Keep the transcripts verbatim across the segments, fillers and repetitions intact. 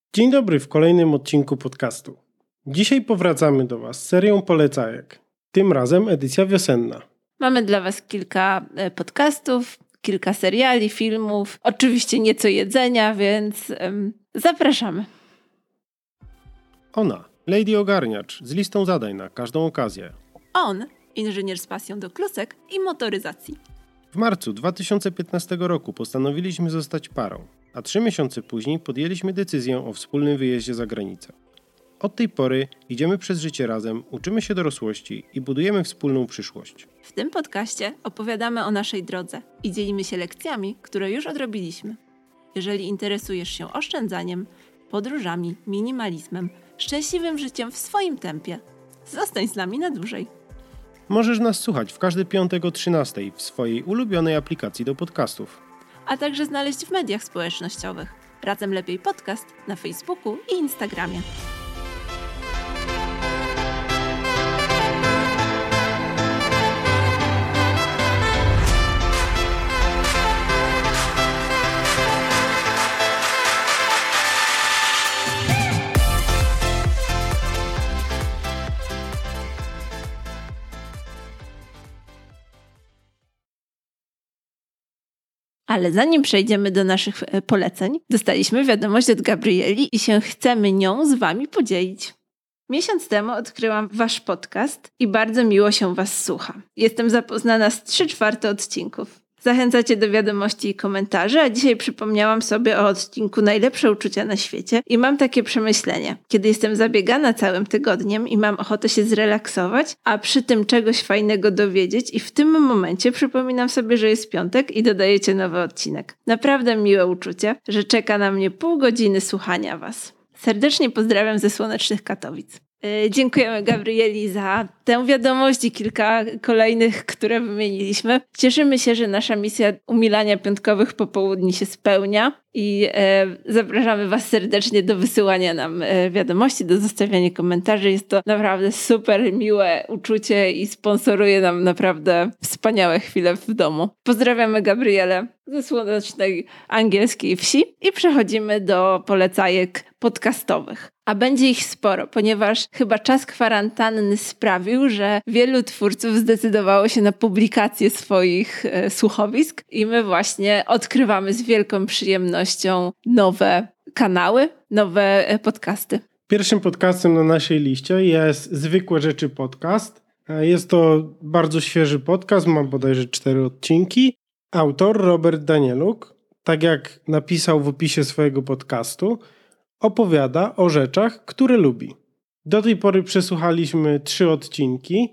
Dzień dobry w kolejnym odcinku podcastu. Dzisiaj powracamy do Was z serią polecajek. Tym razem edycja wiosenna. Mamy dla Was kilka podcastów, kilka seriali, filmów, oczywiście nieco jedzenia, więc um, zapraszamy. Ona, Lady Ogarniacz, z listą zadań na każdą okazję. On, inżynier z pasją do klusek i motoryzacji. W marcu dwa tysiące piętnastego roku postanowiliśmy zostać parą, a trzy miesiące później podjęliśmy decyzję o wspólnym wyjeździe za granicę. Od tej pory idziemy przez życie razem, uczymy się dorosłości i budujemy wspólną przyszłość. W tym podcaście opowiadamy o naszej drodze i dzielimy się lekcjami, które już odrobiliśmy. Jeżeli interesujesz się oszczędzaniem, podróżami, minimalizmem, szczęśliwym życiem w swoim tempie, zostań z nami na dłużej. Możesz nas słuchać w każdy piątek o trzynastej w swojej ulubionej aplikacji do podcastów. A także znaleźć w mediach społecznościowych. Razem Lepiej Podcast na Facebooku i Instagramie. Ale zanim przejdziemy do naszych poleceń, dostaliśmy wiadomość od Gabrieli i się chcemy nią z Wami podzielić. Miesiąc temu odkryłam Wasz podcast i bardzo miło się Was słucha. Jestem zapoznana z trzy czwarte odcinków. Zachęcacie do wiadomości i komentarzy, a dzisiaj przypomniałam sobie o odcinku Najlepsze uczucia na świecie i mam takie przemyślenie. Kiedy jestem zabiegana całym tygodniem i mam ochotę się zrelaksować, a przy tym czegoś fajnego dowiedzieć i w tym momencie przypominam sobie, że jest piątek i dodajecie nowy odcinek. Naprawdę miłe uczucie, że czeka na mnie pół godziny słuchania Was. Serdecznie pozdrawiam ze słonecznych Katowic. Yy, dziękujemy Gabrieli za tę wiadomość i kilka kolejnych, które wymieniliśmy. Cieszymy się, że nasza misja umilania piątkowych popołudni się spełnia i e, zapraszamy Was serdecznie do wysyłania nam e, wiadomości, do zostawiania komentarzy. Jest to naprawdę super miłe uczucie i sponsoruje nam naprawdę wspaniałe chwile w domu. Pozdrawiamy Gabrielę ze słonecznej angielskiej wsi i przechodzimy do polecajek podcastowych. A będzie ich sporo, ponieważ chyba czas kwarantanny sprawił, że wielu twórców zdecydowało się na publikację swoich e, słuchowisk i my właśnie odkrywamy z wielką przyjemnością nowe kanały, nowe e, podcasty. Pierwszym podcastem na naszej liście jest Zwykłe Rzeczy Podcast. Jest to bardzo świeży podcast, ma bodajże cztery odcinki. Autor Robert Danieluk, tak jak napisał w opisie swojego podcastu, opowiada o rzeczach, które lubi. Do tej pory przesłuchaliśmy trzy odcinki.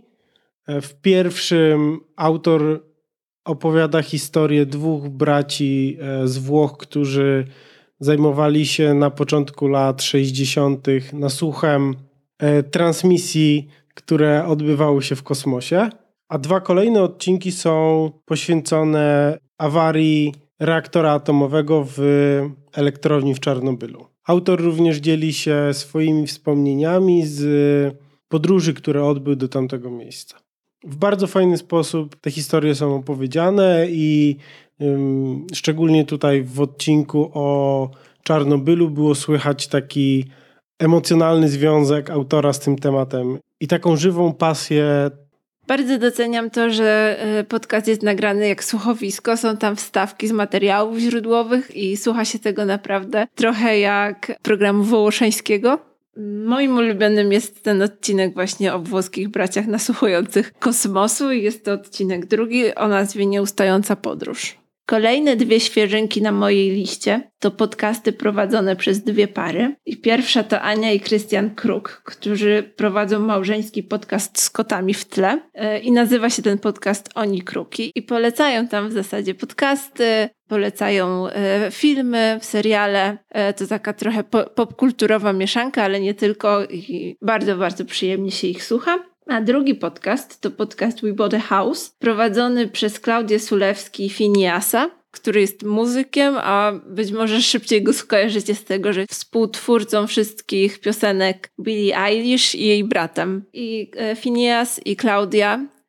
W pierwszym autor opowiada historię dwóch braci z Włoch, którzy zajmowali się na początku lat sześćdziesiątych nasłuchem transmisji, które odbywały się w kosmosie. A dwa kolejne odcinki są poświęcone awarii reaktora atomowego w elektrowni w Czarnobylu. Autor również dzieli się swoimi wspomnieniami z podróży, które odbył do tamtego miejsca. W bardzo fajny sposób te historie są opowiedziane i ym, szczególnie tutaj w odcinku o Czarnobylu było słychać taki emocjonalny związek autora z tym tematem i taką żywą pasję. Bardzo doceniam to, że podcast jest nagrany jak słuchowisko. Są tam wstawki z materiałów źródłowych i słucha się tego naprawdę trochę jak programu wołoszańskiego. Moim ulubionym jest ten odcinek właśnie o włoskich braciach nasłuchujących kosmosu i jest to odcinek drugi o nazwie Nieustająca podróż. Kolejne dwie świeżynki na mojej liście to podcasty prowadzone przez dwie pary. I pierwsza to Ania i Krystian Kruk, którzy prowadzą małżeński podcast z kotami w tle. I nazywa się ten podcast Oni Kruki. I polecają tam w zasadzie podcasty, polecają e, filmy, seriale. E, to taka trochę po, popkulturowa mieszanka, ale nie tylko. I bardzo, bardzo przyjemnie się ich słucha. A drugi podcast to podcast We Bought a House, prowadzony przez Klaudię Sulewski i Finiasa, który jest muzykiem, a być może szybciej go skojarzycie z tego, że jest współtwórcą wszystkich piosenek Billie Eilish i jej bratem. I Finias i Klaudia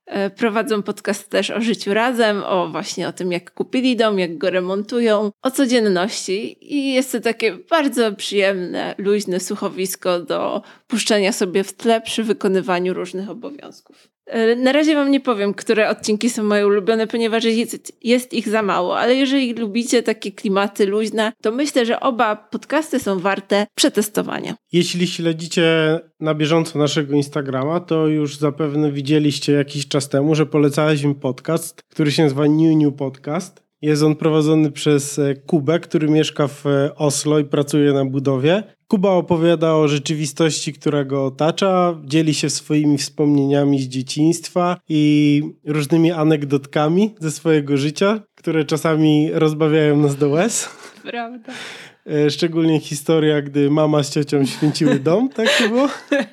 Prowadzą podcast też o życiu razem, o właśnie o tym, jak kupili dom, jak go remontują, o codzienności i jest to takie bardzo przyjemne, luźne słuchowisko do puszczenia sobie w tle przy wykonywaniu różnych obowiązków. Na razie wam nie powiem, które odcinki są moje ulubione, ponieważ jest, jest ich za mało, ale jeżeli lubicie takie klimaty luźne, to myślę, że oba podcasty są warte przetestowania. Jeśli śledzicie na bieżąco naszego Instagrama, to już zapewne widzieliście jakiś czas temu, że polecaliśmy podcast, który się nazywa New New Podcast. Jest on prowadzony przez Kubę, który mieszka w Oslo i pracuje na budowie. Kuba opowiada o rzeczywistości, która go otacza, dzieli się swoimi wspomnieniami z dzieciństwa i różnymi anegdotkami ze swojego życia, które czasami rozbawiają nas do łez. Prawda. Szczególnie historia, gdy mama z ciocią święciły dom, tak to było?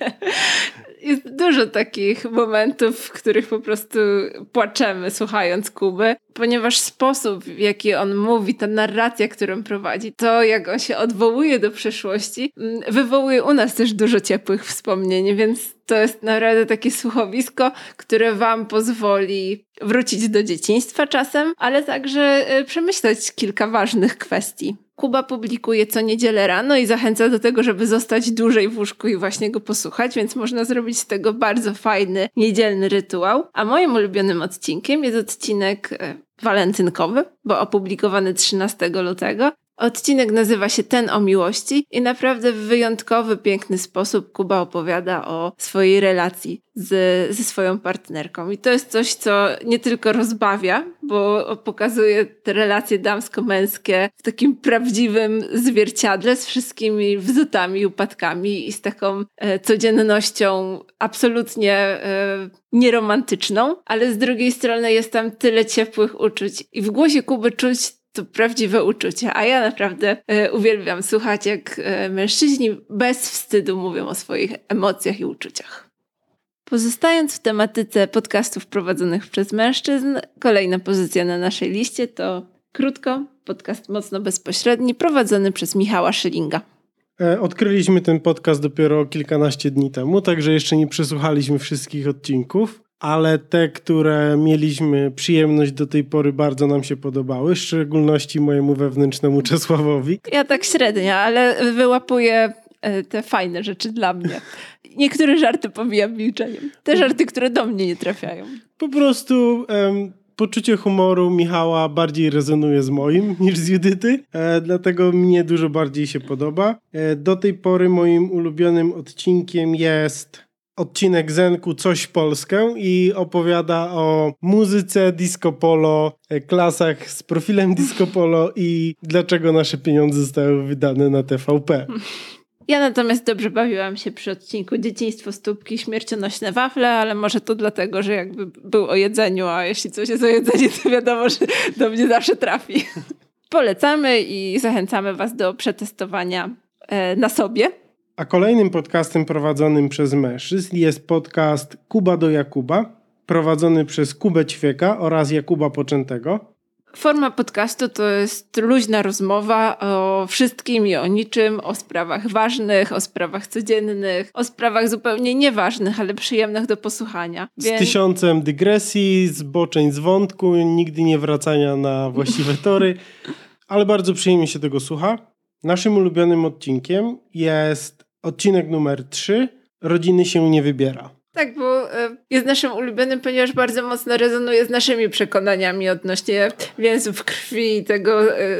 Jest dużo takich momentów, w których po prostu płaczemy słuchając Kuby, ponieważ sposób, w jaki on mówi, ta narracja, którą prowadzi, to jak on się odwołuje do przeszłości, wywołuje u nas też dużo ciepłych wspomnień, więc to jest naprawdę takie słuchowisko, które wam pozwoli wrócić do dzieciństwa czasem, ale także przemyśleć kilka ważnych kwestii. Kuba publikuje co niedzielę rano i zachęca do tego, żeby zostać dłużej w łóżku i właśnie go posłuchać, więc można zrobić z tego bardzo fajny, niedzielny rytuał. A moim ulubionym odcinkiem jest odcinek walentynkowy, bo opublikowany trzynastego lutego. Odcinek nazywa się Ten o miłości i naprawdę w wyjątkowy, piękny sposób Kuba opowiada o swojej relacji z, ze swoją partnerką. I to jest coś, co nie tylko rozbawia, bo pokazuje te relacje damsko-męskie w takim prawdziwym zwierciadle z wszystkimi wzlotami, upadkami i z taką e, codziennością absolutnie e, nieromantyczną, ale z drugiej strony jest tam tyle ciepłych uczuć i w głosie Kuby czuć to prawdziwe uczucie, a ja naprawdę e, uwielbiam słuchać, jak e, mężczyźni bez wstydu mówią o swoich emocjach i uczuciach. Pozostając w tematyce podcastów prowadzonych przez mężczyzn, kolejna pozycja na naszej liście to Krótko, podcast mocno bezpośredni, prowadzony przez Michała Szylinga. E, odkryliśmy ten podcast dopiero kilkanaście dni temu, także jeszcze nie przesłuchaliśmy wszystkich odcinków. Ale te, które mieliśmy przyjemność do tej pory, bardzo nam się podobały, w szczególności mojemu wewnętrznemu Czesławowi. Ja tak średnio, ale wyłapuję te fajne rzeczy dla mnie. Niektóre żarty pomijam milczeniem. Te żarty, które do mnie nie trafiają. Po prostu em, poczucie humoru Michała bardziej rezonuje z moim niż z Judyty, e, dlatego mnie dużo bardziej się podoba. E, do tej pory moim ulubionym odcinkiem jest odcinek Zenku Coś Polskę i opowiada o muzyce disco polo, klasach z profilem disco polo i dlaczego nasze pieniądze zostały wydane na T V P. Ja natomiast dobrze bawiłam się przy odcinku Dzieciństwo, stópki, śmiercionośne wafle, ale może to dlatego, że jakby był o jedzeniu, a jeśli coś jest o jedzeniu, to wiadomo, że do mnie zawsze trafi. Polecamy i zachęcamy was do przetestowania e, na sobie. A kolejnym podcastem prowadzonym przez mężczyzn jest podcast Kuba do Jakuba, prowadzony przez Kubę Ćwieka oraz Jakuba Poczętego. Forma podcastu to jest luźna rozmowa o wszystkim i o niczym, o sprawach ważnych, o sprawach codziennych, o sprawach zupełnie nieważnych, ale przyjemnych do posłuchania. Z Więc... tysiącem dygresji, zboczeń z wątku, nigdy nie wracania na właściwe tory, ale bardzo przyjemnie się tego słucha. Naszym ulubionym odcinkiem jest odcinek numer trzy. Rodziny się nie wybiera. Tak, bo jest naszym ulubionym, ponieważ bardzo mocno rezonuje z naszymi przekonaniami odnośnie więzów krwi i tego,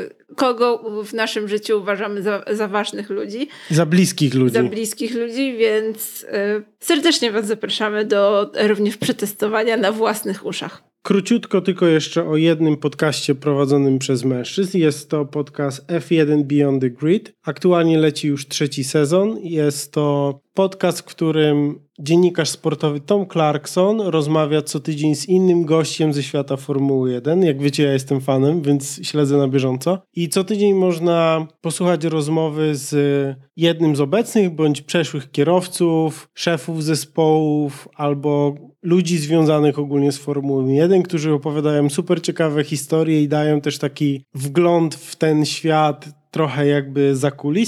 kogo w naszym życiu uważamy za, za ważnych ludzi. Za bliskich ludzi. Za bliskich ludzi, więc serdecznie was zapraszamy do również przetestowania na własnych uszach. Króciutko tylko jeszcze o jednym podcaście prowadzonym przez mężczyzn. Jest to podcast F jeden Beyond the Grid. Aktualnie leci już trzeci sezon. Jest to podcast, w którym dziennikarz sportowy Tom Clarkson rozmawia co tydzień z innym gościem ze świata Formuły jeden. Jak wiecie, ja jestem fanem, więc śledzę na bieżąco. I co tydzień można posłuchać rozmowy z jednym z obecnych bądź przeszłych kierowców, szefów zespołów albo ludzi związanych ogólnie z Formułą jeden, którzy opowiadają super ciekawe historie i dają też taki wgląd w ten świat trochę jakby za kulis.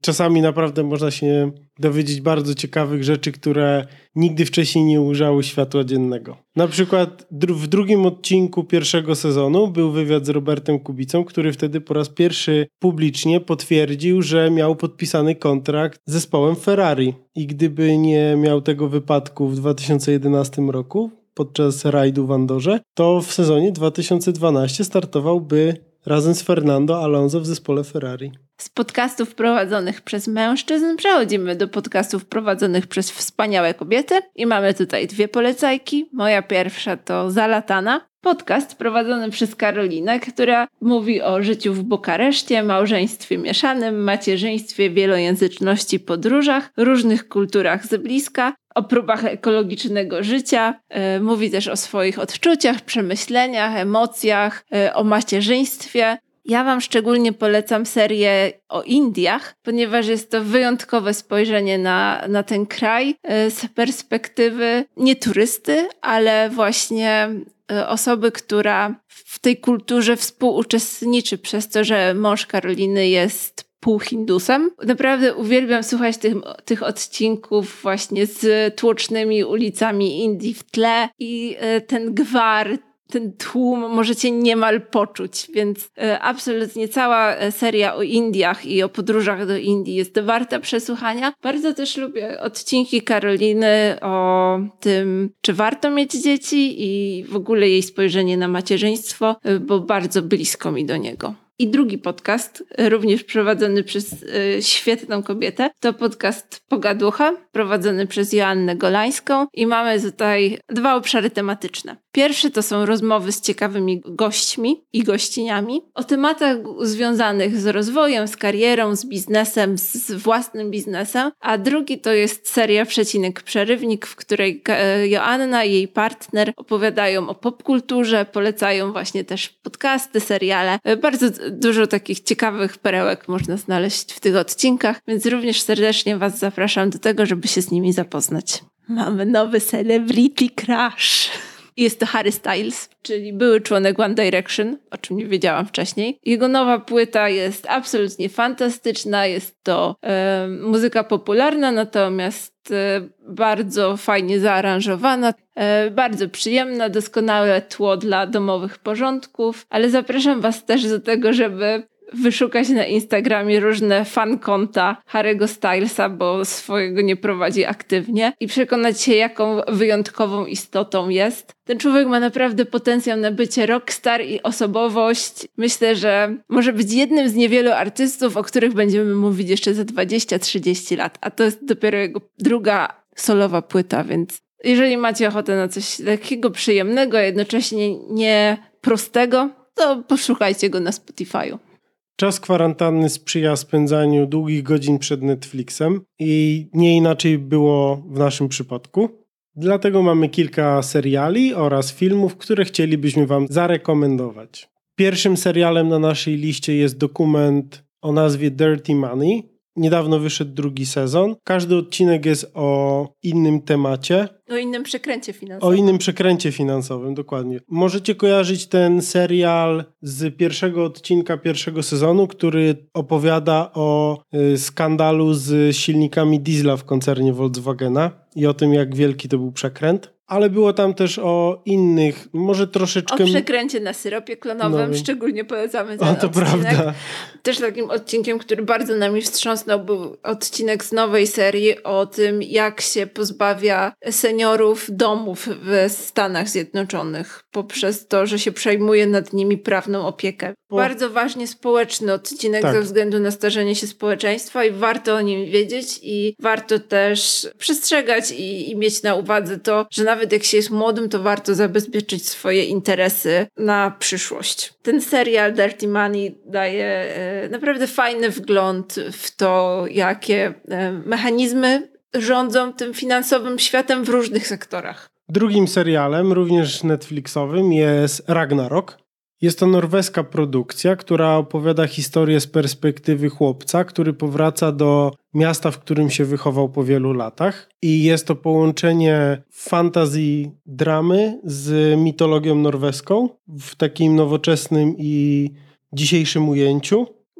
czasami naprawdę można się dowiedzieć bardzo ciekawych rzeczy, które nigdy wcześniej nie ujrzały światła dziennego. Na przykład dru- w drugim odcinku pierwszego sezonu był wywiad z Robertem Kubicą, który wtedy po raz pierwszy publicznie potwierdził, że miał podpisany kontrakt z zespołem Ferrari. I gdyby nie miał tego wypadku w dwa tysiące jedenastym roku podczas rajdu w Andorze, to w sezonie dwa tysiące dwunastym startowałby razem z Fernando Alonso w zespole Ferrari. Z podcastów prowadzonych przez mężczyzn przechodzimy do podcastów prowadzonych przez wspaniałe kobiety i mamy tutaj dwie polecajki. Moja pierwsza to Zalatana, podcast prowadzony przez Karolinę, która mówi o życiu w Bukareszcie, małżeństwie mieszanym, macierzyństwie, wielojęzyczności, podróżach, różnych kulturach z bliska, o próbach ekologicznego życia. Yy, mówi też o swoich odczuciach, przemyśleniach, emocjach, yy, o macierzyństwie. Ja wam szczególnie polecam serię o Indiach, ponieważ jest to wyjątkowe spojrzenie na, na ten kraj z perspektywy nie turysty, ale właśnie osoby, która w tej kulturze współuczestniczy przez to, że mąż Karoliny jest półhindusem. Naprawdę uwielbiam słuchać tych, tych odcinków właśnie z tłocznymi ulicami Indii w tle i ten gwar, ten tłum możecie niemal poczuć, więc e, absolutnie cała seria o Indiach i o podróżach do Indii jest warta przesłuchania. Bardzo też lubię odcinki Karoliny o tym, czy warto mieć dzieci i w ogóle jej spojrzenie na macierzyństwo, bo bardzo blisko mi do niego. I drugi podcast, również prowadzony przez y, świetną kobietę, to podcast Pogaducha, prowadzony przez Joannę Golańską i mamy tutaj dwa obszary tematyczne. Pierwszy to są rozmowy z ciekawymi gośćmi i gościniami o tematach związanych z rozwojem, z karierą, z biznesem, z własnym biznesem, a drugi to jest seria Przecinek Przerywnik, w której Joanna i jej partner opowiadają o popkulturze, polecają właśnie też podcasty, seriale. Bardzo dużo takich ciekawych perełek można znaleźć w tych odcinkach, więc również serdecznie was zapraszam do tego, żeby się z nimi zapoznać. Mamy nowy Celebrity Crush. Jest to Harry Styles, czyli były członek One Direction, o czym nie wiedziałam wcześniej. Jego nowa płyta jest absolutnie fantastyczna, jest to e, muzyka popularna, natomiast e, bardzo fajnie zaaranżowana, e, bardzo przyjemna, doskonałe tło dla domowych porządków, ale zapraszam was też do tego, żeby wyszukać na Instagramie różne fan konta Harry'ego Stylesa, bo swojego nie prowadzi aktywnie i przekonać się, jaką wyjątkową istotą jest. Ten człowiek ma naprawdę potencjał na bycie rockstar i osobowość. Myślę, że może być jednym z niewielu artystów, o których będziemy mówić jeszcze za dwadzieścia trzydzieści lat, a to jest dopiero jego druga solowa płyta, więc jeżeli macie ochotę na coś lekkiego, przyjemnego, a jednocześnie nie prostego, to poszukajcie go na Spotify'u. Czas kwarantanny sprzyja spędzaniu długich godzin przed Netflixem i nie inaczej było w naszym przypadku. Dlatego mamy kilka seriali oraz filmów, które chcielibyśmy wam zarekomendować. Pierwszym serialem na naszej liście jest dokument o nazwie Dirty Money. Niedawno wyszedł drugi sezon. Każdy odcinek jest o innym temacie. O innym przekręcie finansowym. O innym przekręcie finansowym, dokładnie. Możecie kojarzyć ten serial z pierwszego odcinka pierwszego sezonu, który opowiada o y, skandalu z silnikami diesla w koncernie Volkswagena i o tym, jak wielki to był przekręt. Ale było tam też o innych, może troszeczkę... O przekręcie na syropie klonowym, Nowym. Szczególnie polecamy ten O, to odcinek. prawda. Też takim odcinkiem, który bardzo nami wstrząsnął, był odcinek z nowej serii o tym, jak się pozbawia seniorów domów w Stanach Zjednoczonych poprzez to, że się przejmuje nad nimi prawną opiekę. Po... Bardzo ważnie społeczny odcinek tak. ze względu na starzenie się społeczeństwa i warto o nim wiedzieć i warto też przestrzegać i, i mieć na uwadze to, że nawet jak się jest młodym, to warto zabezpieczyć swoje interesy na przyszłość. Ten serial Dirty Money daje e, naprawdę fajny wgląd w to, jakie e, mechanizmy rządzą tym finansowym światem w różnych sektorach. Drugim serialem, również Netflixowym, jest Ragnarok. Jest to norweska produkcja, która opowiada historię z perspektywy chłopca, który powraca do miasta, w którym się wychował po wielu latach. I jest to połączenie fantazji dramy z mitologią norweską w takim nowoczesnym i dzisiejszym ujęciu.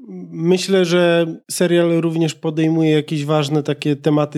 Myślę, że serial również podejmuje jakieś ważne takie tematy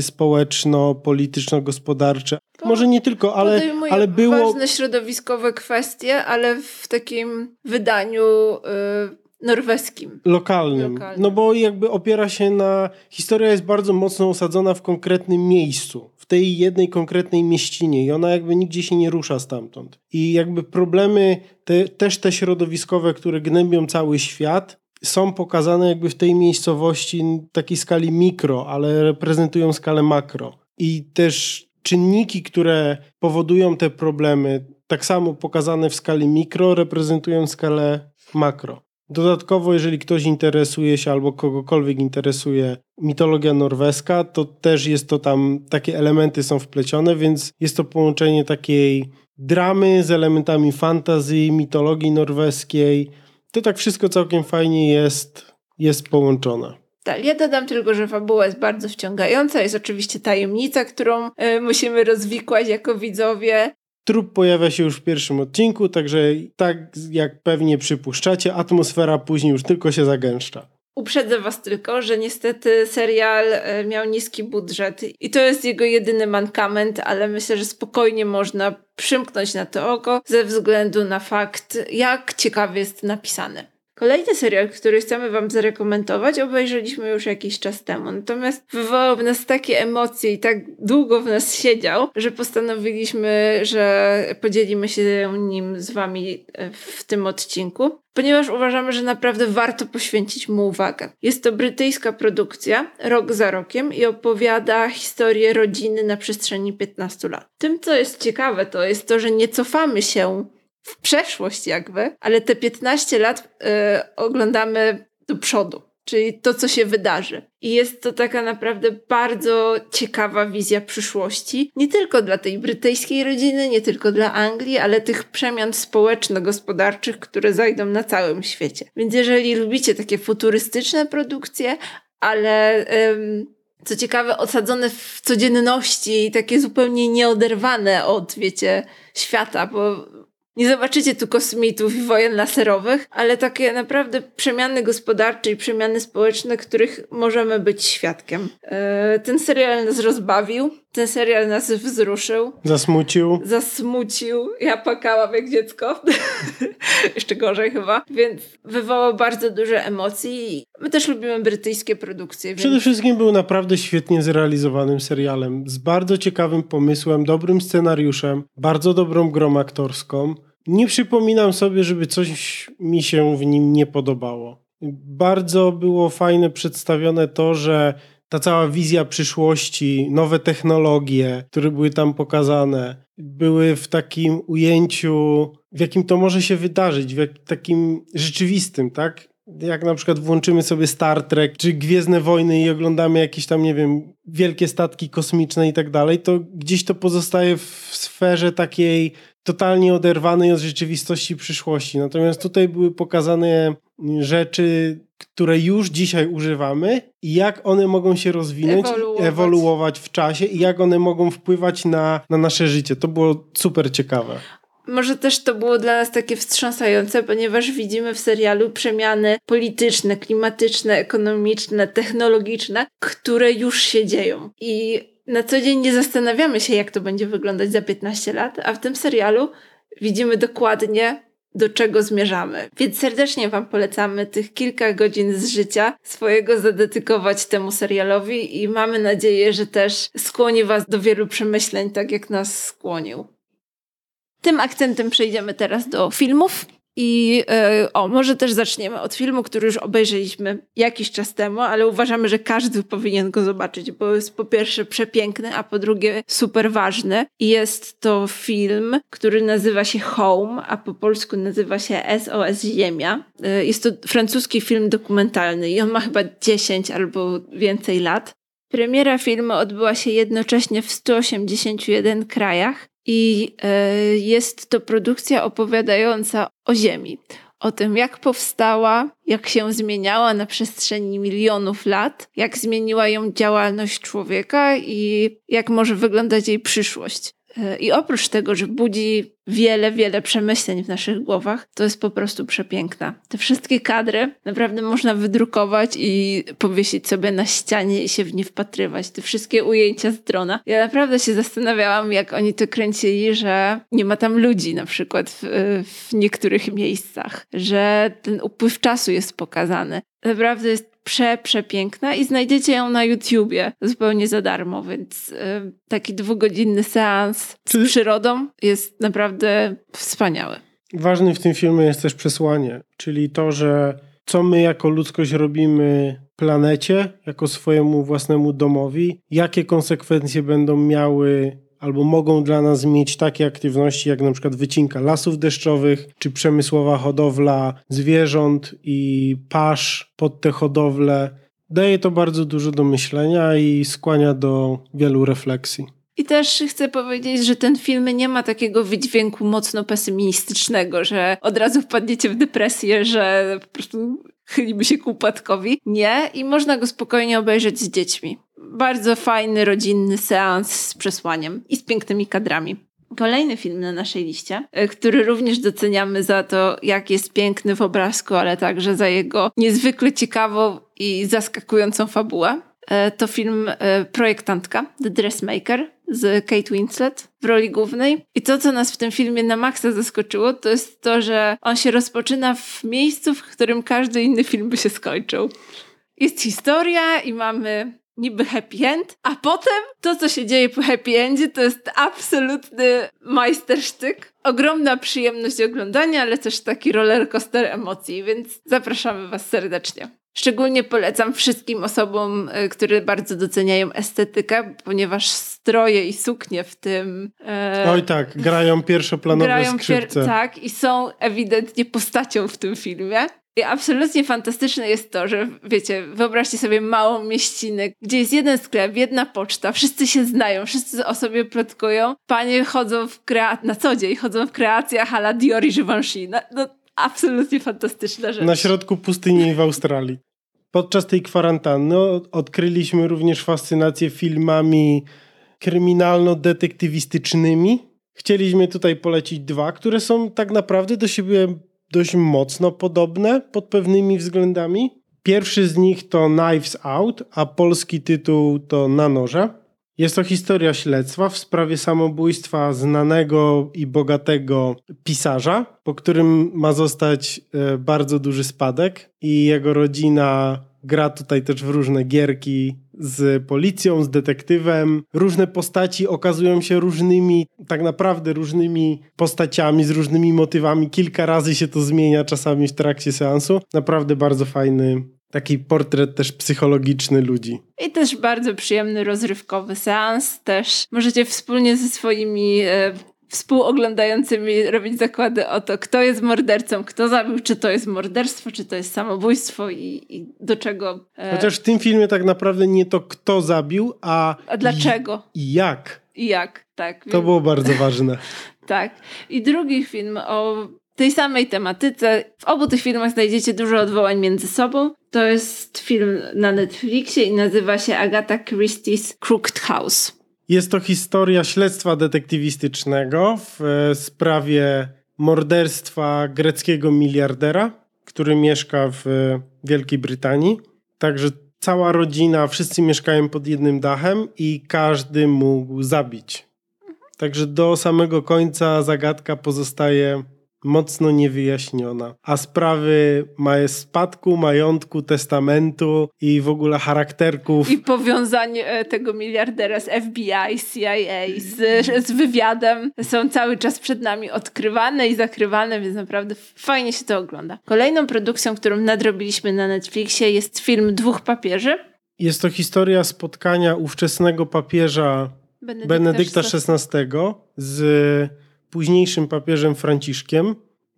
społeczno-polityczno-gospodarcze. Może nie tylko, ale, podejmuje ale było... ważne środowiskowe kwestie, ale w takim wydaniu yy, norweskim. Lokalnym. Lokalnym. No bo jakby opiera się na... Historia jest bardzo mocno osadzona w konkretnym miejscu. W tej jednej konkretnej mieścinie i ona jakby nigdzie się nie rusza stamtąd. I jakby problemy te, też te środowiskowe, które gnębią cały świat, są pokazane jakby w tej miejscowości takiej skali mikro, ale reprezentują skalę makro. I też czynniki, które powodują te problemy, tak samo pokazane w skali mikro, reprezentują skalę makro. Dodatkowo, jeżeli ktoś interesuje się albo kogokolwiek interesuje mitologia norweska, to też jest to tam, takie elementy są wplecione, więc jest to połączenie takiej dramy z elementami fantazji, mitologii norweskiej. To tak wszystko całkiem fajnie jest, jest połączone. Tak, ja dodam tylko, że fabuła jest bardzo wciągająca. Jest oczywiście tajemnica, którą y, musimy rozwikłać jako widzowie. Trup pojawia się już w pierwszym odcinku, także tak jak pewnie przypuszczacie, atmosfera później już tylko się zagęszcza. Uprzedzę was tylko, że niestety serial miał niski budżet i to jest jego jedyny mankament, ale myślę, że spokojnie można przymknąć na to oko ze względu na fakt, jak ciekawie jest napisany. Kolejny serial, który chcemy wam zarekomendować, obejrzeliśmy już jakiś czas temu. Natomiast wywołał w nas takie emocje i tak długo w nas siedział, że postanowiliśmy, że podzielimy się nim z wami w tym odcinku, ponieważ uważamy, że naprawdę warto poświęcić mu uwagę. Jest to brytyjska produkcja, rok za rokiem i opowiada historię rodziny na przestrzeni piętnastu lat. Tym, co jest ciekawe, to jest to, że nie cofamy się w przeszłość jakby, ale te piętnaście lat y, oglądamy do przodu, czyli to, co się wydarzy. I jest to taka naprawdę bardzo ciekawa wizja przyszłości, nie tylko dla tej brytyjskiej rodziny, nie tylko dla Anglii, ale tych przemian społeczno-gospodarczych, które zajdą na całym świecie. Więc jeżeli lubicie takie futurystyczne produkcje, ale... Ym, co ciekawe, osadzone w codzienności i takie zupełnie nieoderwane od, wiecie, świata, bo nie zobaczycie tu kosmitów i wojen laserowych, ale takie naprawdę przemiany gospodarcze i przemiany społeczne, których możemy być świadkiem. Yy, ten serial nas rozbawił, ten serial nas wzruszył. Zasmucił. Zasmucił. Ja płakałam jak dziecko. Jeszcze gorzej chyba. Więc wywołał bardzo dużo emocji. My też lubimy brytyjskie produkcje. Więc... Przede wszystkim był naprawdę świetnie zrealizowanym serialem. Z bardzo ciekawym pomysłem, dobrym scenariuszem, bardzo dobrą grą aktorską. Nie przypominam sobie, żeby coś mi się w nim nie podobało. Bardzo było fajne przedstawione to, że ta cała wizja przyszłości, nowe technologie, które były tam pokazane, były w takim ujęciu, w jakim to może się wydarzyć, w jak, takim rzeczywistym, tak? Jak na przykład włączymy sobie Star Trek czy Gwiezdne Wojny i oglądamy jakieś tam, nie wiem, wielkie statki kosmiczne i tak dalej, to gdzieś to pozostaje w sferze takiej totalnie oderwanej od rzeczywistości przyszłości. Natomiast tutaj były pokazane rzeczy, które już dzisiaj używamy i jak one mogą się rozwinąć, ewoluować, ewoluować w czasie i jak one mogą wpływać na, na nasze życie. To było super ciekawe. Może też to było dla nas takie wstrząsające, ponieważ widzimy w serialu przemiany polityczne, klimatyczne, ekonomiczne, technologiczne, które już się dzieją. I na co dzień nie zastanawiamy się, jak to będzie wyglądać za piętnaście lat, a w tym serialu widzimy dokładnie, do czego zmierzamy. Więc serdecznie wam polecamy tych kilka godzin z życia swojego zadedykować temu serialowi i mamy nadzieję, że też skłoni was do wielu przemyśleń, tak jak nas skłonił. Tym akcentem przejdziemy teraz do filmów i yy, o, może też zaczniemy od filmu, który już obejrzeliśmy jakiś czas temu, ale uważamy, że każdy powinien go zobaczyć, bo jest po pierwsze przepiękny, a po drugie super ważny. I jest to film, który nazywa się Home, a po polsku nazywa się S O S Ziemia. Yy, jest to francuski film dokumentalny i on ma chyba dziesięć albo więcej lat. Premiera filmu odbyła się jednocześnie w stu osiemdziesięciu jeden krajach. I y, jest to produkcja opowiadająca o Ziemi, o tym jak powstała, jak się zmieniała na przestrzeni milionów lat, jak zmieniła ją działalność człowieka i jak może wyglądać jej przyszłość. I oprócz tego, że budzi wiele, wiele przemyśleń w naszych głowach, to jest po prostu przepiękna. Te wszystkie kadry naprawdę można wydrukować i powiesić sobie na ścianie i się w nie wpatrywać. Te wszystkie ujęcia z drona. Ja naprawdę się zastanawiałam, jak oni to kręcili, że nie ma tam ludzi na przykład w, w niektórych miejscach, że ten upływ czasu jest pokazany. Naprawdę jest prze, przepiękna i znajdziecie ją na YouTubie zupełnie za darmo, więc y, taki dwugodzinny seans z Czy... przyrodą jest naprawdę wspaniały. Ważny w tym filmie jest też przesłanie, czyli to, że co my jako ludzkość robimy planecie, jako swojemu własnemu domowi, jakie konsekwencje będą miały albo mogą dla nas mieć takie aktywności, jak na przykład wycinka lasów deszczowych, czy przemysłowa hodowla zwierząt i pasz pod te hodowle. Daje to bardzo dużo do myślenia i skłania do wielu refleksji. I też chcę powiedzieć, że ten film nie ma takiego wydźwięku mocno pesymistycznego, że od razu wpadniecie w depresję, że po prostu chylimy się ku upadkowi. Nie, i można go spokojnie obejrzeć z dziećmi. Bardzo fajny, rodzinny seans z przesłaniem i z pięknymi kadrami. Kolejny film na naszej liście, który również doceniamy za to, jak jest piękny w obrazku, ale także za jego niezwykle ciekawą i zaskakującą fabułę. To film Projektantka, The Dressmaker z Kate Winslet w roli głównej. I to, co nas w tym filmie na maksa zaskoczyło, to jest to, że on się rozpoczyna w miejscu, w którym każdy inny film by się skończył. Jest historia i mamy niby happy end, a potem to, co się dzieje po happy endzie, to jest absolutny majstersztyk. Ogromna przyjemność oglądania, ale też taki rollercoaster emocji, więc zapraszamy was serdecznie. Szczególnie polecam wszystkim osobom, które bardzo doceniają estetykę, ponieważ stroje i suknie w tym... E, Oj tak, grają pierwszoplanowe grają skrzypce. Pier- tak, i są ewidentnie postacią w tym filmie. I absolutnie fantastyczne jest to, że wiecie, wyobraźcie sobie małą mieścinę, gdzie jest jeden sklep, jedna poczta, wszyscy się znają, wszyscy o sobie plotkują. Panie chodzą w krea- na co dzień chodzą w kreacjach à la Dior i Givenchy. No, no, absolutnie fantastyczna rzecz. Na środku pustyni w Australii. Podczas tej kwarantanny odkryliśmy również fascynację filmami kryminalno-detektywistycznymi. Chcieliśmy tutaj polecić dwa, które są tak naprawdę do siebie dość mocno podobne pod pewnymi względami. Pierwszy z nich to Knives Out, a polski tytuł to Na noże. Jest to historia śledztwa w sprawie samobójstwa znanego i bogatego pisarza, po którym ma zostać e, bardzo duży spadek i jego rodzina gra tutaj też w różne gierki z policją, z detektywem. Różne postaci okazują się różnymi, tak naprawdę różnymi postaciami, z różnymi motywami. Kilka razy się to zmienia czasami w trakcie seansu. Naprawdę bardzo fajny taki portret też psychologiczny ludzi. I też bardzo przyjemny, rozrywkowy seans. Też możecie wspólnie ze swoimi e, współoglądającymi robić zakłady o to, kto jest mordercą, kto zabił, czy to jest morderstwo, czy to jest samobójstwo i, i do czego... E... Chociaż w tym filmie tak naprawdę nie to kto zabił, a... A dlaczego? I, i jak. I jak, tak. To było bardzo ważne. Tak. I drugi film o tej samej tematyce. W obu tych filmach znajdziecie dużo odwołań między sobą. To jest film na Netflixie i nazywa się Agatha Christie's Crooked House. Jest to historia śledztwa detektywistycznego w sprawie morderstwa greckiego miliardera, który mieszka w Wielkiej Brytanii. Także cała rodzina, wszyscy mieszkają pod jednym dachem i każdy mógł zabić. Także do samego końca zagadka pozostaje mocno niewyjaśniona. A sprawy ma spadku, majątku, testamentu i w ogóle charakterków. I powiązanie tego miliardera z F B I, C I A, z, z wywiadem są cały czas przed nami odkrywane i zakrywane, więc naprawdę fajnie się to ogląda. Kolejną produkcją, którą nadrobiliśmy na Netflixie, jest film Dwóch papieży. Jest to historia spotkania ówczesnego papieża Benedykta, Benedykta szesnastego z późniejszym papieżem Franciszkiem.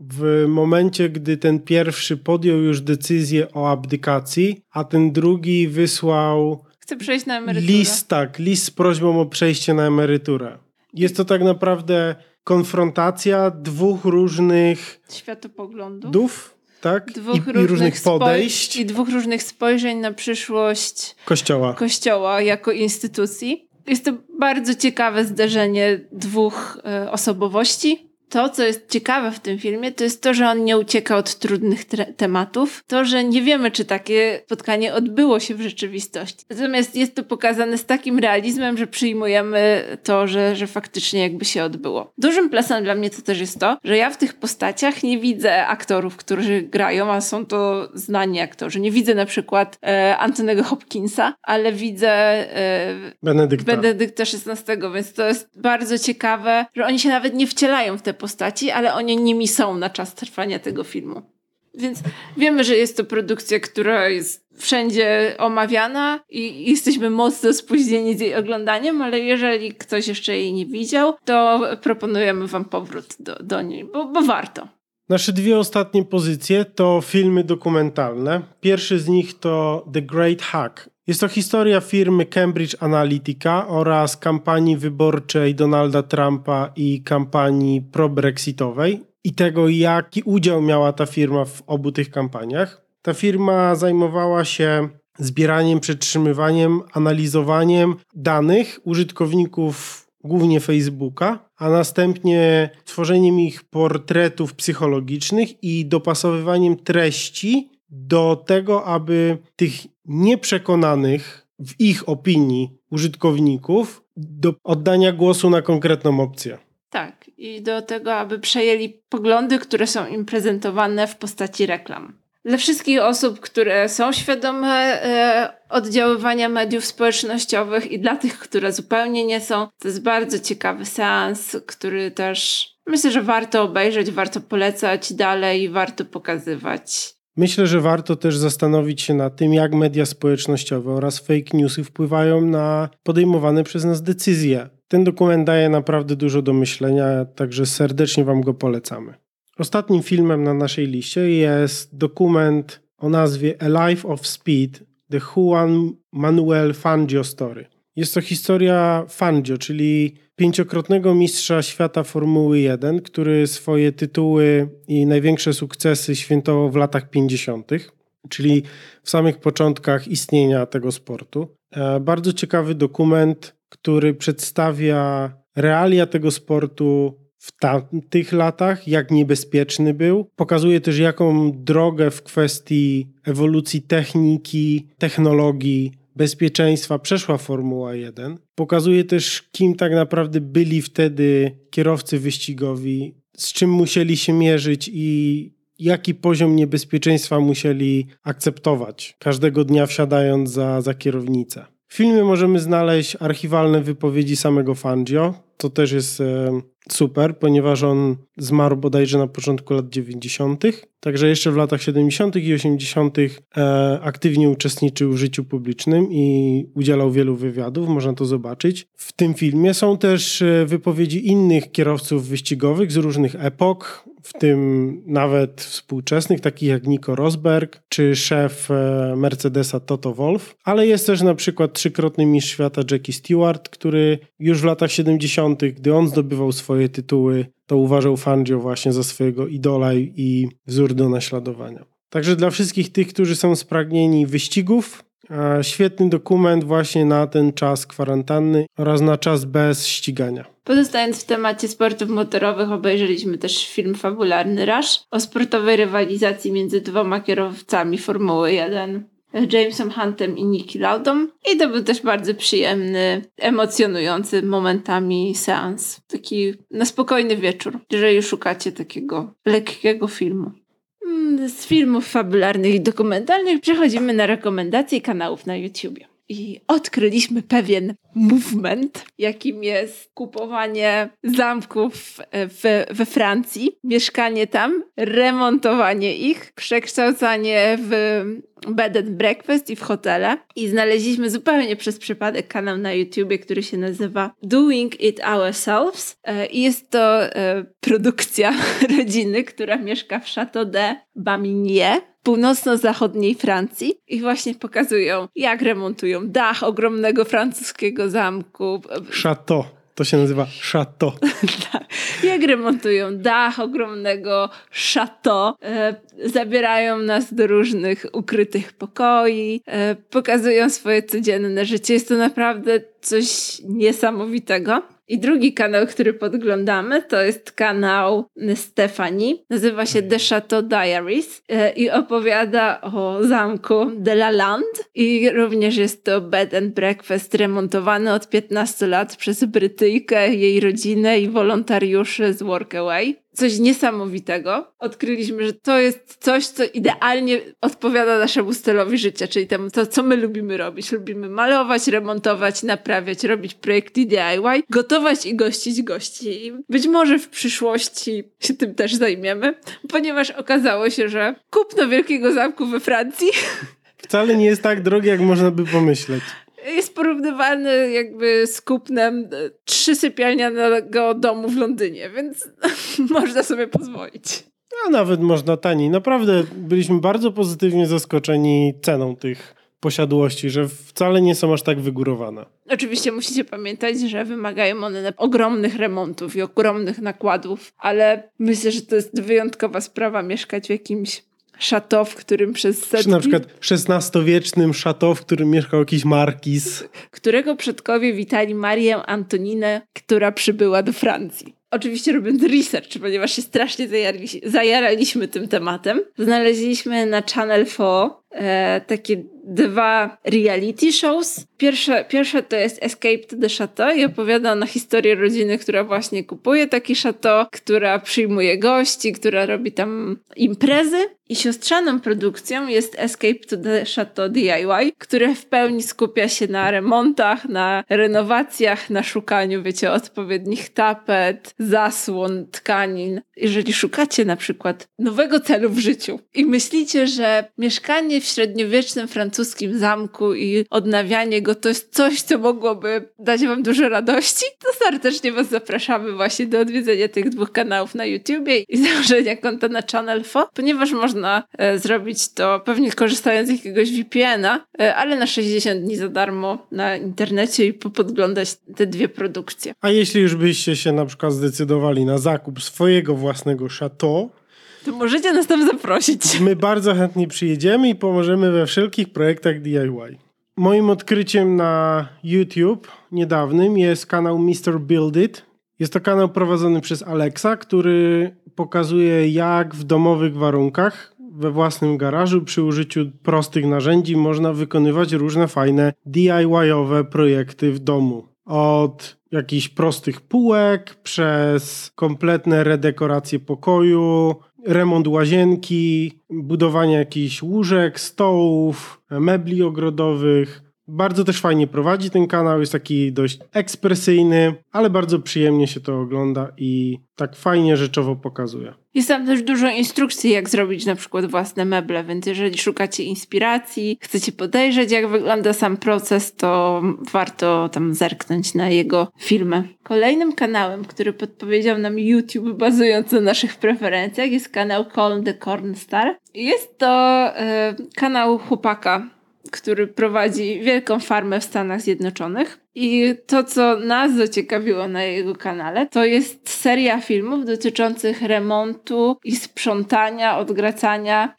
W momencie, gdy ten pierwszy podjął już decyzję o abdykacji, a ten drugi wysłał Chce przejść na emeryturę. List, tak, list z prośbą o przejście na emeryturę. Jest to tak naprawdę konfrontacja dwóch różnych światopoglądów, tak? Dwóch I, różnych, i różnych podejść. Spoj- I dwóch różnych spojrzeń na przyszłość Kościoła. Kościoła jako instytucji. Jest to bardzo ciekawe zderzenie dwóch y, osobowości. To, co jest ciekawe w tym filmie, to jest to, że on nie ucieka od trudnych tre- tematów. To, że nie wiemy, czy takie spotkanie odbyło się w rzeczywistości. Natomiast jest to pokazane z takim realizmem, że przyjmujemy to, że, że faktycznie jakby się odbyło. Dużym plusem dla mnie to też jest to, że ja w tych postaciach nie widzę aktorów, którzy grają, a są to znani aktorzy. Nie widzę na przykład e, Antonego Hopkinsa, ale widzę e, Benedykta. Benedykta szesnastego, więc to jest bardzo ciekawe, że oni się nawet nie wcielają w te postaci, ale oni nimi są na czas trwania tego filmu. Więc wiemy, że jest to produkcja, która jest wszędzie omawiana i jesteśmy mocno spóźnieni z jej oglądaniem, ale jeżeli ktoś jeszcze jej nie widział, to proponujemy wam powrót do, do niej, bo, bo warto. Nasze dwie ostatnie pozycje to filmy dokumentalne. Pierwszy z nich to The Great Hack. Jest to historia firmy Cambridge Analytica oraz kampanii wyborczej Donalda Trumpa i kampanii pro-brexitowej i tego, jaki udział miała ta firma w obu tych kampaniach. Ta firma zajmowała się zbieraniem, przetrzymywaniem, analizowaniem danych użytkowników głównie Facebooka, a następnie tworzeniem ich portretów psychologicznych i dopasowywaniem treści do tego, aby tych nieprzekonanych w ich opinii użytkowników do oddania głosu na konkretną opcję. Tak, i do tego, aby przejęli poglądy, które są im prezentowane w postaci reklam. Dla wszystkich osób, które są świadome e, oddziaływania mediów społecznościowych i dla tych, które zupełnie nie są, to jest bardzo ciekawy seans, który też myślę, że warto obejrzeć, warto polecać dalej i warto pokazywać. Myślę, że warto też zastanowić się nad tym, jak media społecznościowe oraz fake newsy wpływają na podejmowane przez nas decyzje. Ten dokument daje naprawdę dużo do myślenia, także serdecznie wam go polecamy. Ostatnim filmem na naszej liście jest dokument o nazwie A Life of Speed, The Juan Manuel Fangio Story. Jest to historia Fangio, czyli pięciokrotnego mistrza świata Formuły jeden, który swoje tytuły i największe sukcesy świętował w latach pięćdziesiątych, czyli w samych początkach istnienia tego sportu. Bardzo ciekawy dokument, który przedstawia realia tego sportu w tamtych latach, jak niebezpieczny był. Pokazuje też, jaką drogę w kwestii ewolucji techniki, technologii, bezpieczeństwa przeszła Formuła jeden. Pokazuje też, kim tak naprawdę byli wtedy kierowcy wyścigowi, z czym musieli się mierzyć i jaki poziom niebezpieczeństwa musieli akceptować, każdego dnia wsiadając za, za kierownicę. W filmie możemy znaleźć archiwalne wypowiedzi samego Fangio. To też jest e, super, ponieważ on zmarł bodajże na początku lat dziewięćdziesiątych. Także jeszcze w latach siedemdziesiątych i osiemdziesiątych e, aktywnie uczestniczył w życiu publicznym i udzielał wielu wywiadów, można to zobaczyć. W tym filmie są też e, wypowiedzi innych kierowców wyścigowych z różnych epok, w tym nawet współczesnych, takich jak Nico Rosberg czy szef e, Mercedesa Toto Wolff, ale jest też na przykład trzykrotny mistrz świata Jackie Stewart, który już w latach siedemdziesiątych, gdy on zdobywał swoje tytuły, to uważał Fangio właśnie za swojego idola i wzór do naśladowania. Także dla wszystkich tych, którzy są spragnieni wyścigów, świetny dokument właśnie na ten czas kwarantanny oraz na czas bez ścigania. Pozostając w temacie sportów motorowych, obejrzeliśmy też film fabularny Rush o sportowej rywalizacji między dwoma kierowcami Formuły jeden. Jamesem Huntem i Niki Laudą. I to był też bardzo przyjemny, emocjonujący momentami seans. Taki na spokojny wieczór, jeżeli szukacie takiego lekkiego filmu. Z filmów fabularnych i dokumentalnych przechodzimy na rekomendacje kanałów na YouTubie. I odkryliśmy pewien movement, jakim jest kupowanie zamków w, we Francji, mieszkanie tam, remontowanie ich, przekształcanie w bed and breakfast i w hotele. I znaleźliśmy zupełnie przez przypadek kanał na YouTubie, który się nazywa Doing It Ourselves. I jest to produkcja rodziny, która mieszka w Château de Bamigné, północno-zachodniej Francji i właśnie pokazują, jak remontują dach ogromnego francuskiego zamku. Chateau. To się nazywa chateau. Tak. Jak remontują dach ogromnego chateau, e, zabierają nas do różnych ukrytych pokoi, e, pokazują swoje codzienne życie. Jest to naprawdę coś niesamowitego. I drugi kanał, który podglądamy, to jest kanał Stefanii. Nazywa się The Chateau Diaries e, i opowiada o zamku de la Lande. I również jest to bed and breakfast remontowany od piętnastu lat przez Brytyjkę, jej rodzinę i wolontariuszy z Workaway. Coś niesamowitego. Odkryliśmy, że to jest coś, co idealnie odpowiada naszemu stylowi życia, czyli temu, to, co my lubimy robić. Lubimy malować, remontować, naprawiać, robić projekty D I Y, gotować i gościć gości. I być może w przyszłości się tym też zajmiemy, ponieważ okazało się, że kupno wielkiego zamku we Francji wcale nie jest tak drogie, jak można by pomyśleć. Jest porównywalny jakby z kupnem trzysypialnianego domu w Londynie, więc można sobie pozwolić. A nawet można taniej. Naprawdę byliśmy bardzo pozytywnie zaskoczeni ceną tych posiadłości, że wcale nie są aż tak wygórowane. Oczywiście musicie pamiętać, że wymagają one ogromnych remontów i ogromnych nakładów, ale myślę, że to jest wyjątkowa sprawa mieszkać w jakimś chateau, w którym przez setki... Czy na przykład szesnastowiecznym chateau, w którym mieszkał jakiś markiz. Którego przodkowie witali Marię Antoninę, która przybyła do Francji. Oczywiście robiąc research, ponieważ się strasznie zajaraliśmy, zajaraliśmy tym tematem. Znaleźliśmy na Channel cztery e, takie dwa reality shows. Pierwsze, pierwsze to jest Escape to the Chateau i opowiada ona historię rodziny, która właśnie kupuje taki chateau, która przyjmuje gości, która robi tam imprezy. I siostrzaną produkcją jest Escape to the Chateau D I Y, które w pełni skupia się na remontach, na renowacjach, na szukaniu, wiecie, odpowiednich tapet, zasłon, tkanin. Jeżeli szukacie na przykład nowego celu w życiu i myślicie, że mieszkanie w średniowiecznym francuskim zamku i odnawianie go to jest coś, co mogłoby dać wam dużo radości, to serdecznie was zapraszamy właśnie do odwiedzenia tych dwóch kanałów na YouTubie i założenia konta na Channel cztery, ponieważ można e, zrobić to pewnie korzystając z jakiegoś V P N a, e, ale na sześćdziesiąt dni za darmo na internecie i popodglądać te dwie produkcje. A jeśli już byście się na przykład zdecydowali na zakup swojego własnego chateau, to możecie nas tam zaprosić. My bardzo chętnie przyjedziemy i pomożemy we wszelkich projektach D I Y. Moim odkryciem na YouTube niedawnym jest kanał mister Build It. Jest to kanał prowadzony przez Alexa, który pokazuje, jak w domowych warunkach, we własnym garażu, przy użyciu prostych narzędzi można wykonywać różne fajne D I Y-owe projekty w domu. Od jakichś prostych półek, przez kompletne redekoracje pokoju, remont łazienki, budowanie jakichś łóżek, stołów, mebli ogrodowych. Bardzo też fajnie prowadzi ten kanał, jest taki dość ekspresyjny, ale bardzo przyjemnie się to ogląda i tak fajnie rzeczowo pokazuje. Jest tam też dużo instrukcji, jak zrobić na przykład własne meble, więc jeżeli szukacie inspiracji, chcecie podejrzeć, jak wygląda sam proces, to warto tam zerknąć na jego filmy. Kolejnym kanałem, który podpowiedział nam YouTube, bazując na naszych preferencjach, jest kanał Colm the Cornstar. Jest to yy, kanał chłopaka, który prowadzi wielką farmę w Stanach Zjednoczonych. I to, co nas zaciekawiło na jego kanale, to jest seria filmów dotyczących remontu i sprzątania, odgracania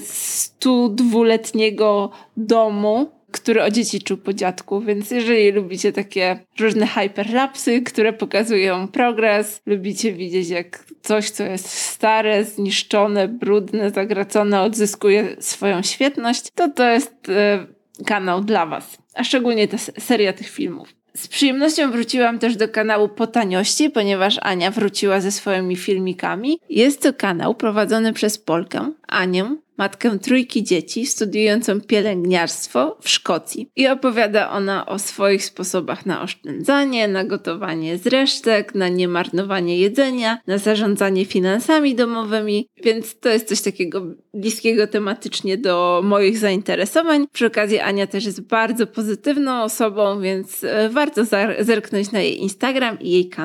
stu dwuletniego domu, który odziedziczył po dziadku, więc jeżeli lubicie takie różne hyperlapsy, które pokazują progres, lubicie widzieć, jak coś, co jest stare, zniszczone, brudne, zagracone, odzyskuje swoją świetność, to to jest e, kanał dla was, a szczególnie ta seria tych filmów. Z przyjemnością wróciłam też do kanału Po Taniości, ponieważ Ania wróciła ze swoimi filmikami. Jest to kanał prowadzony przez Polkę, Anię, matkę trójki dzieci, studiującą pielęgniarstwo w Szkocji. I opowiada ona o swoich sposobach na oszczędzanie, na gotowanie z resztek, na niemarnowanie jedzenia, na zarządzanie finansami domowymi, więc to jest coś takiego bliskiego tematycznie do moich zainteresowań. Przy okazji Ania też jest bardzo pozytywną osobą, więc warto zerknąć na jej Instagram i jej kanał.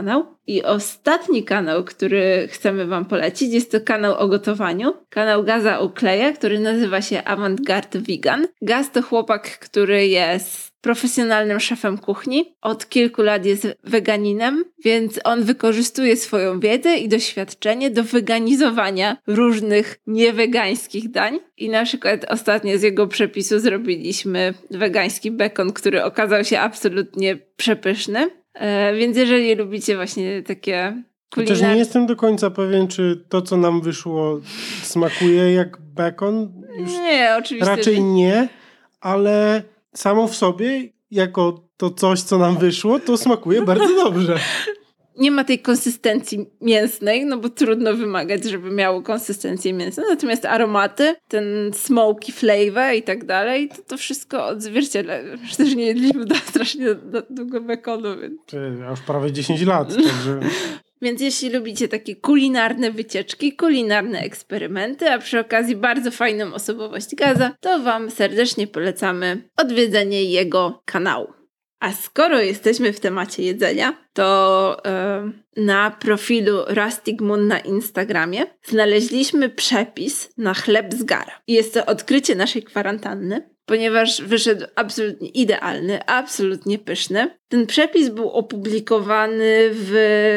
I ostatni kanał, który chcemy wam polecić, jest to kanał o gotowaniu. Kanał Gaza Okleja, który nazywa się Avantgarde Vegan. Gaz to chłopak, który jest profesjonalnym szefem kuchni. Od kilku lat jest weganinem, więc on wykorzystuje swoją wiedzę i doświadczenie do weganizowania różnych niewegańskich dań. I na przykład ostatnio z jego przepisu zrobiliśmy wegański bekon, który okazał się absolutnie przepyszny. E, więc jeżeli lubicie właśnie takie kulinarne... Też nie jestem do końca pewien, czy to, co nam wyszło, smakuje jak bekon. Już nie, oczywiście. Raczej nie, ale samo w sobie, jako to coś, co nam wyszło, to smakuje bardzo dobrze. Nie ma tej konsystencji mięsnej, no bo trudno wymagać, żeby miało konsystencję mięsną. Natomiast aromaty, ten smoky flavor i tak dalej, to to wszystko odzwierciedla. Myślę, że nie jedliśmy da, strasznie długo bekonu. Więc... Ja już prawie dziesięć lat, także... Więc jeśli lubicie takie kulinarne wycieczki, kulinarne eksperymenty, a przy okazji bardzo fajną osobowość Gaza, to wam serdecznie polecamy odwiedzenie jego kanału. A skoro jesteśmy w temacie jedzenia, to yy, na profilu Rustic Moon na Instagramie znaleźliśmy przepis na chleb z gara. I jest to odkrycie naszej kwarantanny, ponieważ wyszedł absolutnie idealny, absolutnie pyszny. Ten przepis był opublikowany w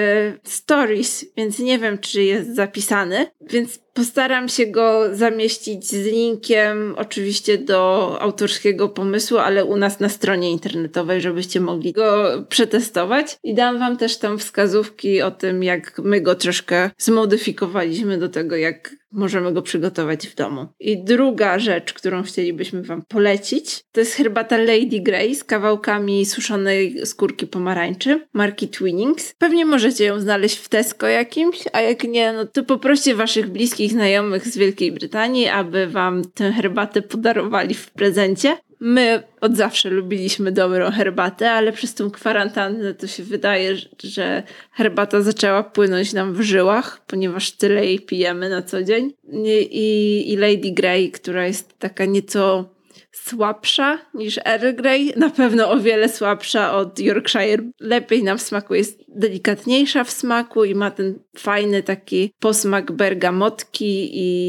Stories, więc nie wiem, czy jest zapisany, więc postaram się go zamieścić z linkiem oczywiście do autorskiego pomysłu, ale u nas na stronie internetowej, żebyście mogli go przetestować. I dam wam też tam wskazówki o tym, jak my go troszkę zmodyfikowaliśmy do tego, jak możemy go przygotować w domu. I druga rzecz, którą chcielibyśmy wam polecić, to jest herbata Lady Grey z kawałkami suszonej skórki pomarańczy marki Twinings. Pewnie możecie ją znaleźć w Tesco jakimś, a jak nie, no to poproście waszych bliskich znajomych z Wielkiej Brytanii, aby wam tę herbatę podarowali w prezencie. My od zawsze lubiliśmy dobrą herbatę, ale przez tą kwarantannę to się wydaje, że herbata zaczęła płynąć nam w żyłach, ponieważ tyle jej pijemy na co dzień. I, i Lady Grey, która jest taka nieco słabsza niż Earl Grey, na pewno o wiele słabsza od Yorkshire. Lepiej nam smakuje, jest delikatniejsza w smaku i ma ten fajny taki posmak bergamotki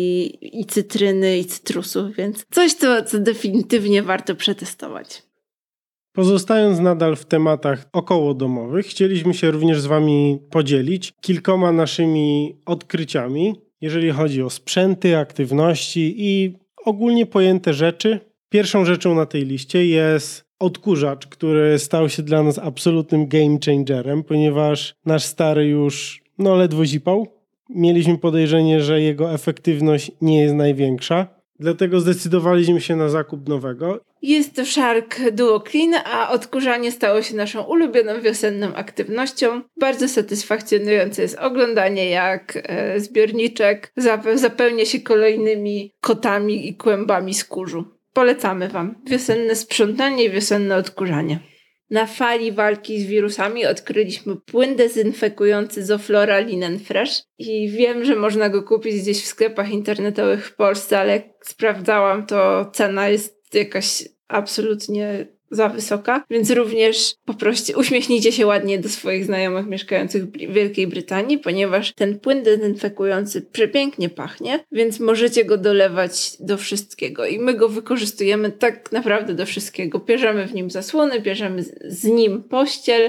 i, i cytryny i cytrusów, więc coś, co, co definitywnie warto przetestować. Pozostając nadal w tematach okołodomowych, chcieliśmy się również z wami podzielić kilkoma naszymi odkryciami, jeżeli chodzi o sprzęty, aktywności i ogólnie pojęte rzeczy. Pierwszą rzeczą na tej liście jest odkurzacz, który stał się dla nas absolutnym game changerem, ponieważ nasz stary już no ledwo zipał. Mieliśmy podejrzenie, że jego efektywność nie jest największa, dlatego zdecydowaliśmy się na zakup nowego. Jest to Shark Duo Clean, a odkurzanie stało się naszą ulubioną wiosenną aktywnością. Bardzo satysfakcjonujące jest oglądanie, jak e, zbiorniczek zape- zapełnia się kolejnymi kotami i kłębami z kurzu. Polecamy wam wiosenne sprzątanie i wiosenne odkurzanie. Na fali walki z wirusami odkryliśmy płyn dezynfekujący Zoflora Linen Fresh i wiem, że można go kupić gdzieś w sklepach internetowych w Polsce, ale jak sprawdzałam, to cena jest jakaś absolutnie za wysoka, więc również poproście, uśmiechnijcie się ładnie do swoich znajomych mieszkających w Wielkiej Brytanii, ponieważ ten płyn dezynfekujący przepięknie pachnie, więc możecie go dolewać do wszystkiego i my go wykorzystujemy tak naprawdę do wszystkiego. Bierzemy w nim zasłony, bierzemy z nim pościel,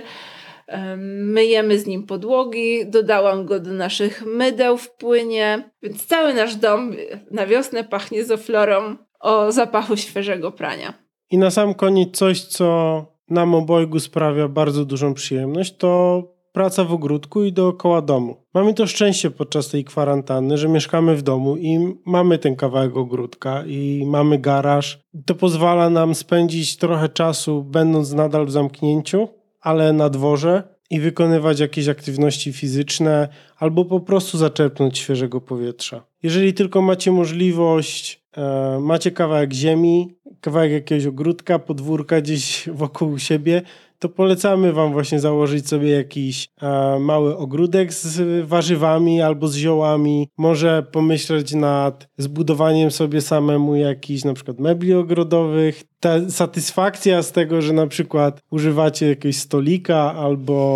myjemy z nim podłogi, dodałam go do naszych mydeł w płynie, więc cały nasz dom na wiosnę pachnie Zoflorą o zapachu świeżego prania. I na sam koniec coś, co nam obojgu sprawia bardzo dużą przyjemność, to praca w ogródku i dookoła domu. Mamy to szczęście podczas tej kwarantanny, że mieszkamy w domu i mamy ten kawałek ogródka i mamy garaż. To pozwala nam spędzić trochę czasu, będąc nadal w zamknięciu, ale na dworze i wykonywać jakieś aktywności fizyczne albo po prostu zaczerpnąć świeżego powietrza. Jeżeli tylko macie możliwość, e, macie kawałek ziemi, kawałek jakiegoś ogródka, podwórka gdzieś wokół siebie, to polecamy wam właśnie założyć sobie jakiś e, mały ogródek z warzywami albo z ziołami. Może pomyśleć nad zbudowaniem sobie samemu jakichś na przykład mebli ogrodowych. Ta satysfakcja z tego, że na przykład używacie jakiegoś stolika albo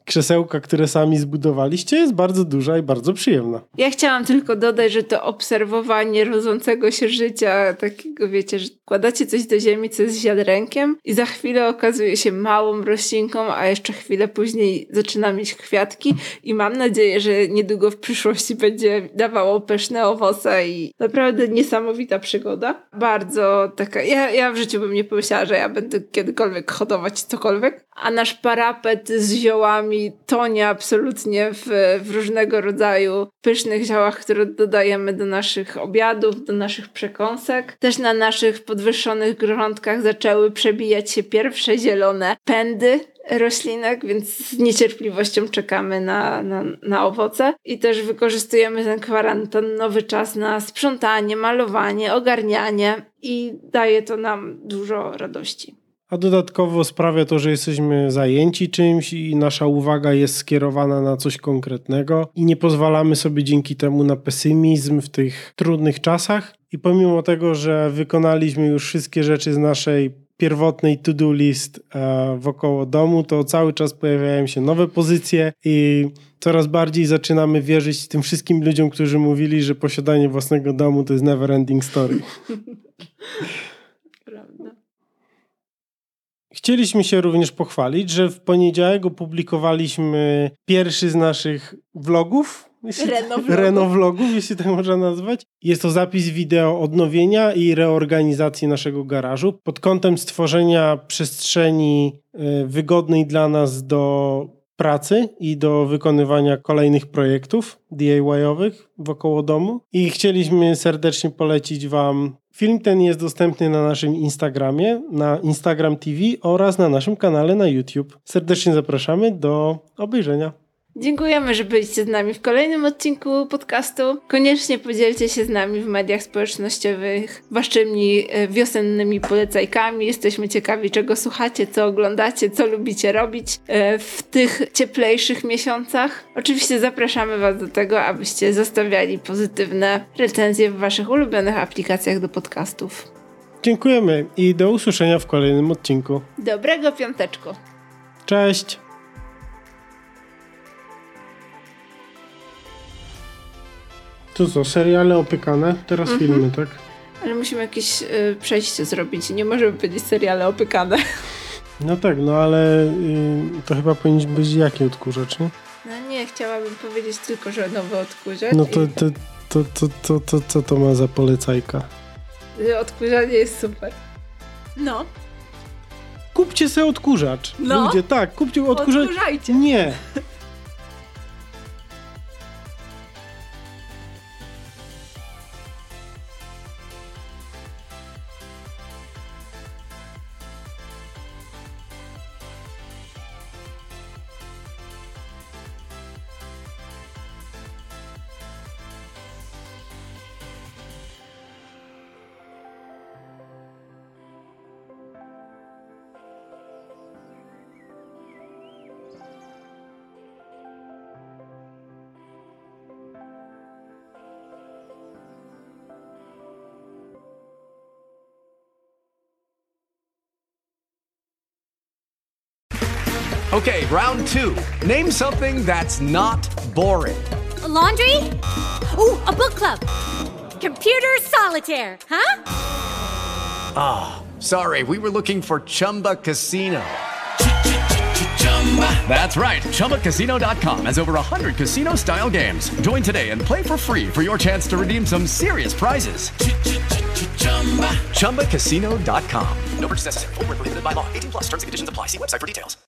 krzesełka, które sami zbudowaliście, jest bardzo duża i bardzo przyjemna. Ja chciałam tylko dodać, że to obserwowanie rodzącego się życia, takiego wiecie, że wkładacie coś do ziemi, co jest ziarenkiem i za chwilę okazuje się małą roślinką, a jeszcze chwilę później zaczyna mieć kwiatki i mam nadzieję, że niedługo w przyszłości będzie dawało pyszne owoce i naprawdę niesamowita przygoda. Bardzo taka, ja, ja w życiu bym nie pomyślała, że ja będę kiedykolwiek hodować cokolwiek, a nasz parapet z ziołami tonie absolutnie w, w różnego rodzaju pysznych ziołach, które dodajemy do naszych obiadów, do naszych przekąsek. Też na naszych podwyższonych grządkach zaczęły przebijać się pierwsze zielone pędy roślinek, więc z niecierpliwością czekamy na, na, na owoce i też wykorzystujemy ten kwarantannowy czas na sprzątanie, malowanie, ogarnianie i daje to nam dużo radości. A dodatkowo sprawia to, że jesteśmy zajęci czymś i nasza uwaga jest skierowana na coś konkretnego i nie pozwalamy sobie dzięki temu na pesymizm w tych trudnych czasach. I pomimo tego, że wykonaliśmy już wszystkie rzeczy z naszej pierwotnej to-do list e, wokoło domu, to cały czas pojawiają się nowe pozycje i coraz bardziej zaczynamy wierzyć tym wszystkim ludziom, którzy mówili, że posiadanie własnego domu to jest never ending story. Prawda. Chcieliśmy się również pochwalić, że w poniedziałek opublikowaliśmy pierwszy z naszych vlogów, Renovlogów. Renovlogów, jeśli tak można nazwać. Jest to zapis wideo odnowienia i reorganizacji naszego garażu pod kątem stworzenia przestrzeni wygodnej dla nas do pracy i do wykonywania kolejnych projektów D I Y-owych wokoło domu. I chcieliśmy serdecznie polecić Wam. Film ten jest dostępny na naszym Instagramie, na Instagram T V oraz na naszym kanale na YouTube. Serdecznie zapraszamy do obejrzenia. Dziękujemy, że byliście z nami w kolejnym odcinku podcastu. Koniecznie podzielcie się z nami w mediach społecznościowych waszymi wiosennymi polecajkami. Jesteśmy ciekawi, czego słuchacie, co oglądacie, co lubicie robić w tych cieplejszych miesiącach. Oczywiście zapraszamy Was do tego, abyście zostawiali pozytywne recenzje w waszych ulubionych aplikacjach do podcastów. Dziękujemy i do usłyszenia w kolejnym odcinku. Dobrego piąteczku. Cześć! To co, seriale opykane? Teraz mm-hmm. filmy, tak? Ale musimy jakieś y, przejście zrobić i nie możemy powiedzieć seriale opykane. No tak, no ale y, to chyba powinien być jaki odkurzacz, nie? No nie, chciałabym powiedzieć tylko, że nowy odkurzacz. No to, to, to, to, to, to co to ma za polecajka? Odkurzanie jest super. No. Kupcie sobie odkurzacz. No. Ludzie, tak, kupcie odkurzacz. Odkurzajcie. Nie. Okay, round two. Name something that's not boring. A laundry? Ooh, a book club. Computer solitaire, huh? Ah, oh, sorry, we were looking for Chumba Casino. That's right, Chumba Casino dot com has over one hundred casino-style games. Join today and play for free for your chance to redeem some serious prizes. Chumba Casino dot com. No purchase necessary. Void where prohibited by law. eighteen plus terms and conditions apply. See website for details.